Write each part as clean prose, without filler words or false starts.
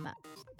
العامة.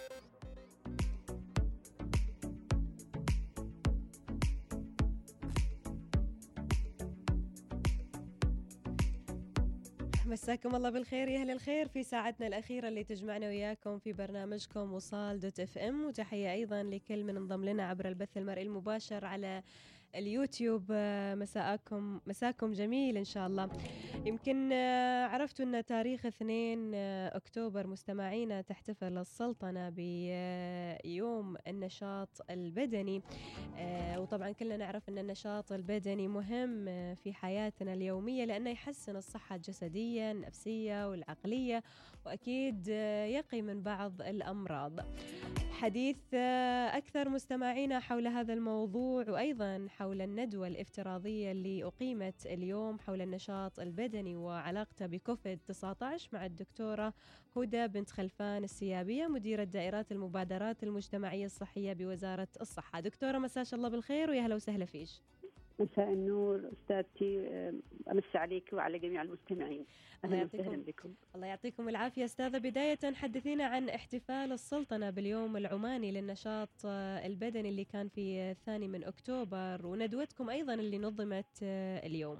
مساكم الله بالخير يا أهل الخير في ساعتنا الأخيرة اللي تجمعنا وياكم في برنامجكم وصال دوت اف ام، وتحية أيضا لكل من انضم لنا عبر البث المرئي المباشر على اليوتيوب. مساكم جميل إن شاء الله. يمكن عرفتوا أن تاريخ 2 أكتوبر مستمعينا تحتفل السلطنة بيوم النشاط البدني، وطبعا كلنا نعرف أن النشاط البدني مهم في حياتنا اليومية لأنه يحسن الصحة الجسدية النفسية والعقلية، وأكيد يقي من بعض الأمراض. حديث أكثر مستمعينا حول هذا الموضوع، وأيضا حول الندوة الافتراضية اللي أقيمت اليوم حول النشاط البدني وعلاقته بكوفيد 19 مع الدكتورة هدى بنت خلفان السيابية، مديرة دائرات المبادرات المجتمعية الصحية بوزارة الصحة. دكتورة مساش الله بالخير ويا هلا وسهلا فيش. مساء النور أستاذتي، أمسي عليك وعلى جميع المستمعين. أهلا وسهلا بكم. الله يعطيكم العافية. أستاذة، بداية حدثينا عن احتفال السلطنة باليوم العماني للنشاط البدني اللي كان في 2 أكتوبر، وندوتكم أيضا اللي نظمت اليوم.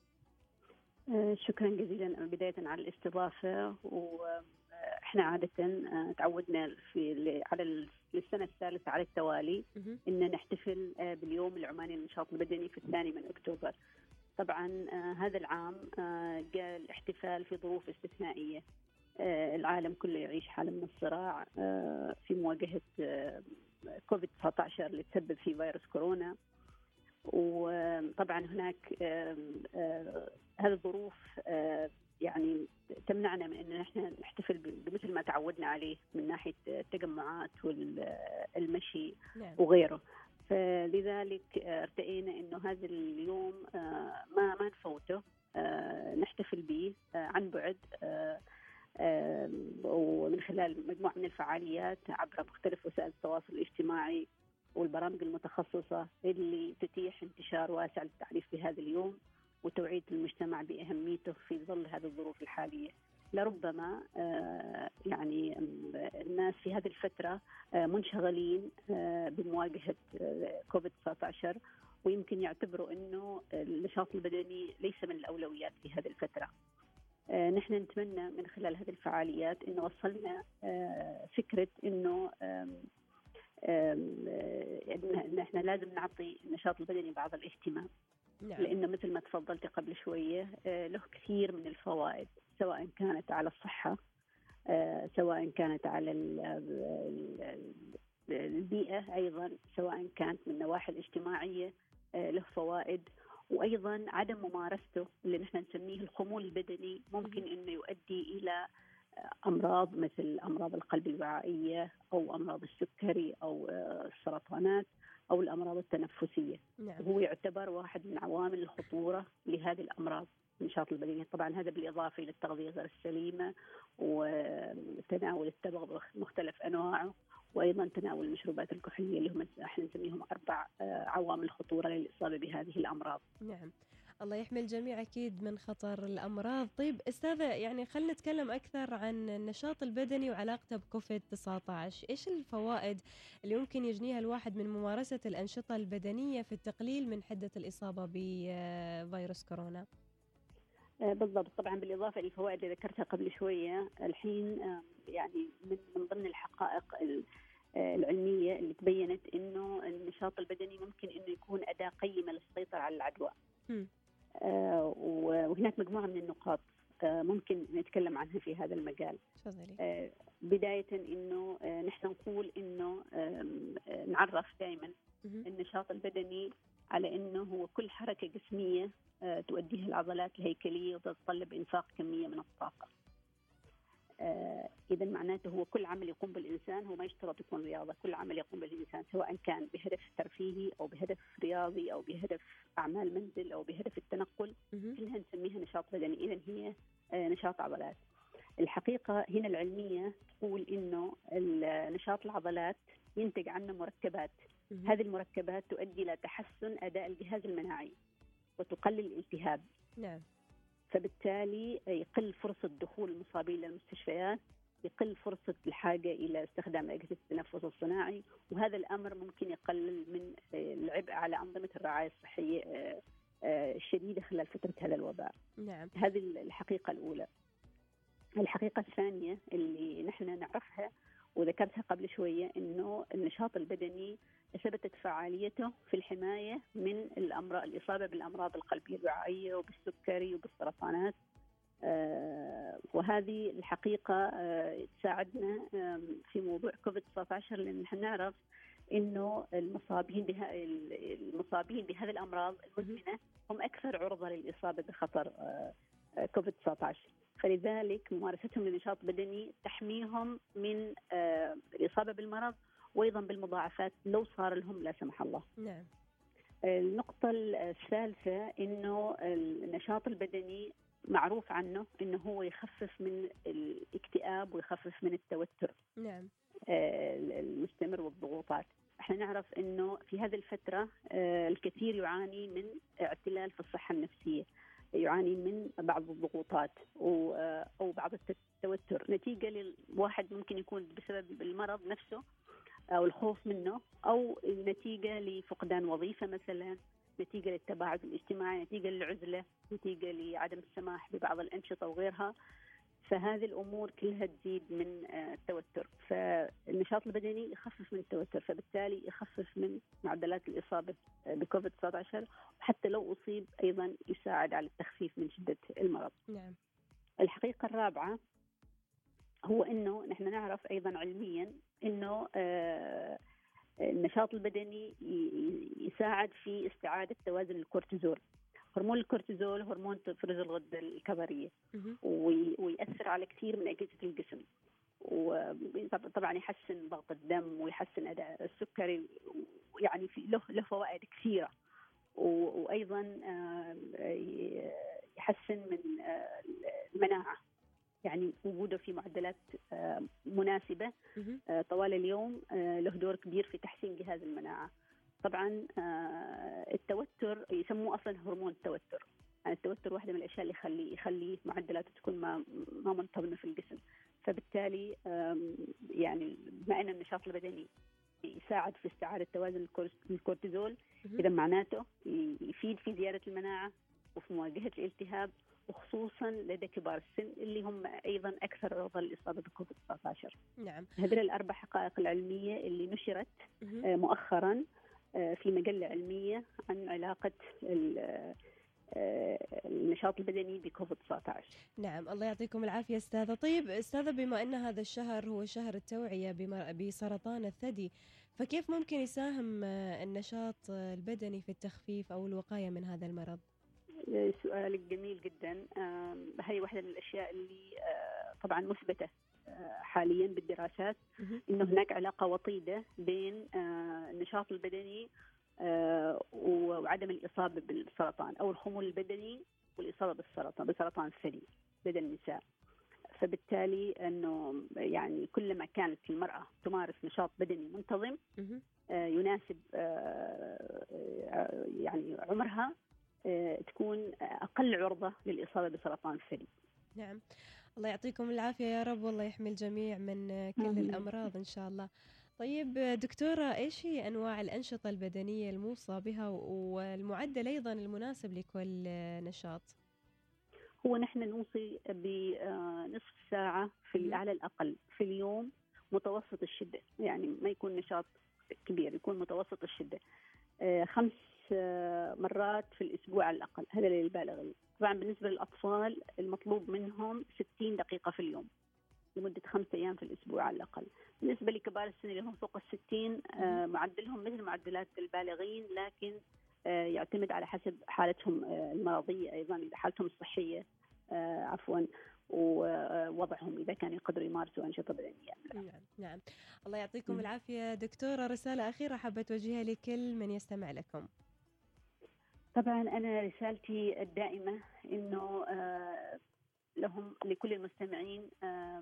شكرا جزيلا بداية على الاستضافة. وإحنا عادة تعودنا على السنة الثالثة على التوالي إن نحتفل باليوم العماني للنشاط البدني في 2 أكتوبر. طبعا هذا العام جاء الاحتفال في ظروف استثنائية. العالم كله يعيش حالة من الصراع في مواجهة كوفيد 19 اللي تسبب في فيروس كورونا. وطبعا هناك هذه الظروف يعني تمنعنا من أن احنا نحتفل بمثل ما تعودنا عليه من ناحية التجمعات والمشي وغيره. فلذلك ارتئينا انه هذا اليوم ما نفوته، نحتفل به عن بعد ومن خلال مجموعة من الفعاليات عبر مختلف وسائل التواصل الاجتماعي والبرامج المتخصصة اللي تتيح انتشار واسع للتعريف بهذا اليوم وتوعية المجتمع بأهميته في ظل هذه الظروف الحالية. لربما يعني الناس في هذه الفترة منشغلين بمواجهة كوفيد 19، ويمكن يعتبروا أنه النشاط البدني ليس من الأولويات في هذه الفترة. نحن نتمنى من خلال هذه الفعاليات أنه وصلنا فكرة أنه نحن لازم نعطي النشاط البدني بعض الاهتمام. نعم. لأنه مثل ما تفضلت قبل شوية له كثير من الفوائد، سواء كانت على الصحة، سواء كانت على البيئة، أيضا سواء كانت من النواحي الاجتماعية له فوائد. وأيضا عدم ممارسته اللي نحن نسميه الخمول البدني ممكن أنه يؤدي إلى أمراض مثل أمراض القلب الوعائية أو أمراض السكري أو السرطانات أو الأمراض التنفسية. نعم. هو يعتبر واحد من عوامل الخطورة لهذه الأمراض النشاط البدني. طبعا هذا بالإضافة إلى التغذية غير السليمة وتناول التبغ بمختلف أنواعه، وأيضا تناول المشروبات الكحولية اللي هم احنا نسميهم 4 عوامل خطورة للإصابة بهذه الأمراض. نعم. الله يحمي الجميع أكيد من خطر الأمراض. طيب أستاذة، يعني خلينا نتكلم أكثر عن النشاط البدني وعلاقته بكوفيد 19. إيش الفوائد اللي يمكن يجنيها الواحد من ممارسة الأنشطة البدنية في التقليل من حدة الإصابة بفيروس كورونا؟ بالضبط. طبعا بالإضافة للفوائد اللي ذكرتها قبل شوية، الحين يعني من ضمن الحقائق العلمية اللي تبينت إنه النشاط البدني ممكن إنه يكون أداة قيمة للسيطرة على العدوى. وهناك مجموعة من النقاط ممكن نتكلم عنها في هذا المجال. بداية إنه نحن نقول إنه نعرف دائما النشاط البدني على إنه هو كل حركة جسمية تؤديها العضلات الهيكلية وتتطلب إنفاق كمية من الطاقة. إذا معناته هو كل عمل يقوم بالإنسان، هو ما يشترط يكون رياضة، كل عمل يقوم بالإنسان سواء كان بهدف ترفيهي أو بهدف رياضي أو بهدف أعمال منزل أو بهدف التنقل، كلها نسميها نشاط بدني. إذا هي نشاط عضلات. الحقيقة هنا العلمية تقول إنه نشاط العضلات ينتج عنه مركبات. هذه المركبات تؤدي إلى تحسن أداء الجهاز المناعي وتقلل الالتهاب. نعم. فبالتالي يقل فرصة دخول المصابين للمستشفيات يقل فرصة الحاجة إلى استخدام أجهزة التنفس الصناعي، وهذا الأمر ممكن يقلل من العبء على أنظمة الرعاية الصحية الشديدة خلال فترة هذا الوباء. نعم. هذه الحقيقة الأولى. الحقيقة الثانية اللي نحن نعرفها وذكرتها قبل شوية، إنه النشاط البدني ثبتت فعاليته في الحماية من الإصابة بالأمراض القلبية الوعائية وبالسكري وبالسرطانات. وهذه الحقيقة تساعدنا في موضوع كوفيد-19، لأن نحن نعرف إنه المصابين بهذه الأمراض المزمنة هم أكثر عرضة للإصابة بخطر كوفيد-19. فلذلك ممارستهم لنشاط بدني تحميهم من الإصابة بالمرض وأيضا بالمضاعفات لو صار لهم لا سمح الله. نعم. النقطة الثالثة إنه النشاط البدني معروف عنه إنه هو يخفف من الاكتئاب ويخفف من التوتر. نعم. المستمر والضغوطات. احنا نعرف إنه في هذه الفترة الكثير يعاني من اعتلال في الصحة النفسية، يعاني من بعض الضغوطات أو بعض التوتر نتيجة للواحد، ممكن يكون بسبب المرض نفسه أو الخوف منه، أو نتيجة لفقدان وظيفة مثلا، نتيجة للتباعد الاجتماعي، نتيجة للعزلة، نتيجة لعدم السماح ببعض الأنشطة وغيرها. فهذه الأمور كلها تزيد من التوتر. فالنشاط البدني يخفف من التوتر، فبالتالي يخفف من معدلات الإصابة بكوفيد-19، وحتى لو أصيب أيضا يساعد على التخفيف من شدة المرض. نعم. الحقيقة الرابعة هو إنه نحن نعرف أيضا علميا إنه النشاط البدني يساعد في استعادة توازن الكورتيزول. هرمون الكورتيزول هرمون تفرز الغدة الكظرية، ويأثر على كثير من أجهزة الجسم، وطبعا يحسن ضغط الدم ويحسن أداء السكري، يعني له فوائد كثيرة. وأيضا يحسن من المناعة، يعني وجوده في معدلات مناسبة طوال اليوم له دور كبير في تحسين جهاز المناعة. طبعا التوتر يسموه أصلا هرمون التوتر، يعني التوتر واحدة من الأشياء اللي يخلي معدلاته تكون ما منتظمة في الجسم. فبالتالي يعني بما أن النشاط البدني يساعد في استعادة توازن الكورتيزول، إذا معناته يفيد في زيادة المناعة وفي مواجهة الالتهاب، وخصوصا لدى كبار السن اللي هم أيضا أكثر عرضة للإصابة بكوفيد-19. نعم. هذه الأربع حقائق العلمية اللي نشرت مؤخرا في مجلة علمية عن علاقة النشاط البدني بكوفيد-19. نعم، الله يعطيكم العافية أستاذة. طيب أستاذة، بما أن هذا الشهر هو شهر التوعية بسرطان الثدي، فكيف ممكن يساهم النشاط البدني في التخفيف أو الوقاية من هذا المرض؟ سؤالك جميل جدا. هي واحدة من الأشياء اللي طبعا مثبتة حاليا بالدراسات، إنه هناك علاقة وطيدة بين النشاط البدني وعدم الإصابة بالسرطان أو الخمول البدني والإصابة بسرطان الثدي لدى النساء. فبالتالي أنه يعني كلما كانت المرأة تمارس نشاط بدني منتظم يناسب يعني عمرها، تكون أقل عرضة للإصابة بسرطان الثدي. نعم، الله يعطيكم العافية يا رب، والله يحمي الجميع من كل الأمراض إن شاء الله. طيب دكتورة، إيش هي أنواع الأنشطة البدنية الموصى بها والمعدل أيضا المناسب لكل نشاط؟ هو نحن نوصي بنصف ساعة على الأقل في اليوم متوسط الشدة، يعني ما يكون نشاط كبير، يكون متوسط الشدة. 5 مرات في الأسبوع على الأقل، هذا للبالغين. طبعا بالنسبة للأطفال المطلوب منهم 60 دقيقة في اليوم لمدة 5 أيام في الأسبوع على الأقل. بالنسبة لكبار السن اللي هم فوق 60 معدلهم مثل معدلات البالغين، لكن يعتمد على حسب حالتهم المرضية أيضا، حالتهم الصحية عفوا، ووضعهم إذا كانوا يقدروا يمارسوا أنشطة بدنية. نعم نعم، الله يعطيكم العافية. دكتورة، رسالة أخيرة حابة توجهها لكل من يستمع لكم. طبعا أنا رسالتي الدائمة إنه لكل المستمعين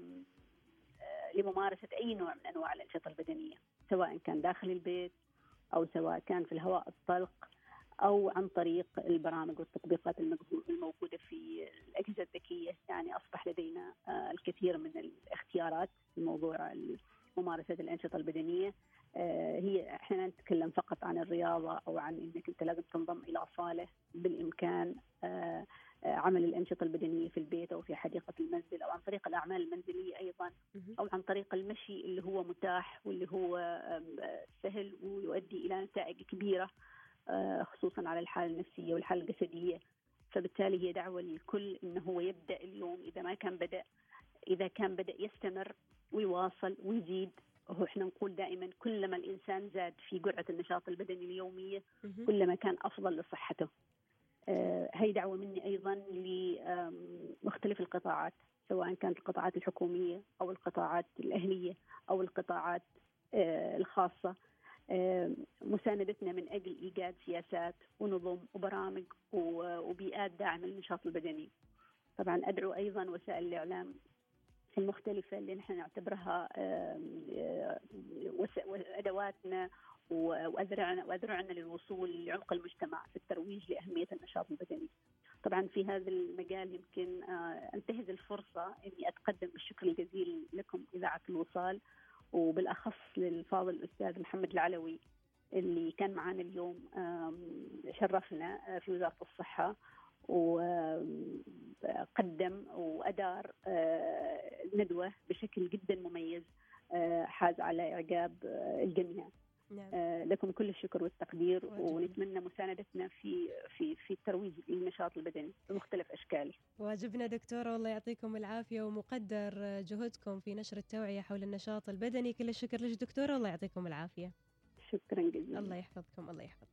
لممارسة أي نوع من أنواع الأنشطة البدنية، سواء كان داخل البيت أو سواء كان في الهواء الطلق أو عن طريق البرامج والتطبيقات الموجودة في الأجهزة الذكية. يعني أصبح لدينا الكثير من الاختيارات في موضوع ممارسة الأنشطة البدنية. هي احنا نتكلم فقط عن الرياضة أو عن أنك أنت لازم تنضم إلى صالة. بالإمكان عمل الأنشطة البدنية في البيت أو في حديقة المنزل، أو عن طريق الأعمال المنزلية أيضا، أو عن طريق المشي اللي هو متاح واللي هو سهل ويؤدي إلى نتائج كبيرة خصوصا على الحالة النفسية والحالة الجسدية. فبالتالي هي دعوة للكل إنه هو يبدأ اليوم، إذا كان بدأ يستمر ويواصل ويزيد. هو احنا نقول دائما كلما الإنسان زاد في جرعة النشاط البدني اليومية كلما كان أفضل لصحته. هي دعوة مني أيضا لمختلف القطاعات، سواء كانت القطاعات الحكومية أو القطاعات الأهلية أو القطاعات الخاصة، مساندتنا من أجل إيجاد سياسات ونظم وبرامج وبيئات داعمة للنشاط البدني. طبعا أدعو أيضا وسائل الإعلام المختلفة اللي نحن نعتبرها أدواتنا وأذرعنا للوصول لعمق المجتمع في الترويج لأهمية النشاط البدني. طبعا في هذا المجال يمكن أنتهز الفرصة أني أتقدم بالشكر الجزيل لكم إذاعة الوصال، وبالأخص للفاضل الأستاذ محمد العلوي اللي كان معنا اليوم، شرفنا في وزارة الصحة وقدم وأدار ندوة بشكل جدا مميز حاز على إعجاب الجميع. نعم. لكم كل الشكر والتقدير، ونتمنى مساندتنا في الترويج للنشاط البدني بمختلف أشكاله. واجبنا دكتورة، والله يعطيكم العافية، ومقدر جهدكم في نشر التوعية حول النشاط البدني. كل الشكر لك دكتورة، والله يعطيكم العافية. شكرا جزيلا. الله يحفظكم، الله يحفظكم.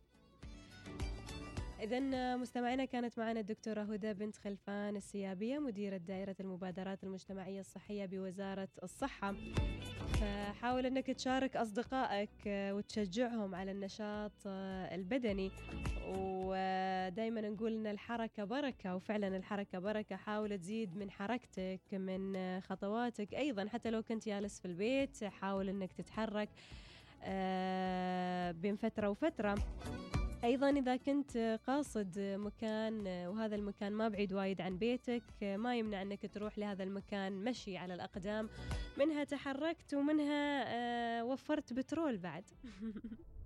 إذن مستمعينا، كانت معنا الدكتورة هدى بنت خلفان السيابية، مديرة دائرة المبادرات المجتمعية الصحية بوزارة الصحة. فحاول أنك تشارك أصدقائك وتشجعهم على النشاط البدني، ودايما نقول أن الحركة بركة، وفعلا الحركة بركة. حاول تزيد من حركتك، من خطواتك أيضا، حتى لو كنت جالس في البيت حاول أنك تتحرك بين فترة وفترة. أيضا إذا كنت قاصد مكان وهذا المكان ما بعيد وايد عن بيتك، ما يمنع أنك تروح لهذا المكان مشي على الأقدام، منها تحركت ومنها وفرت بترول بعد.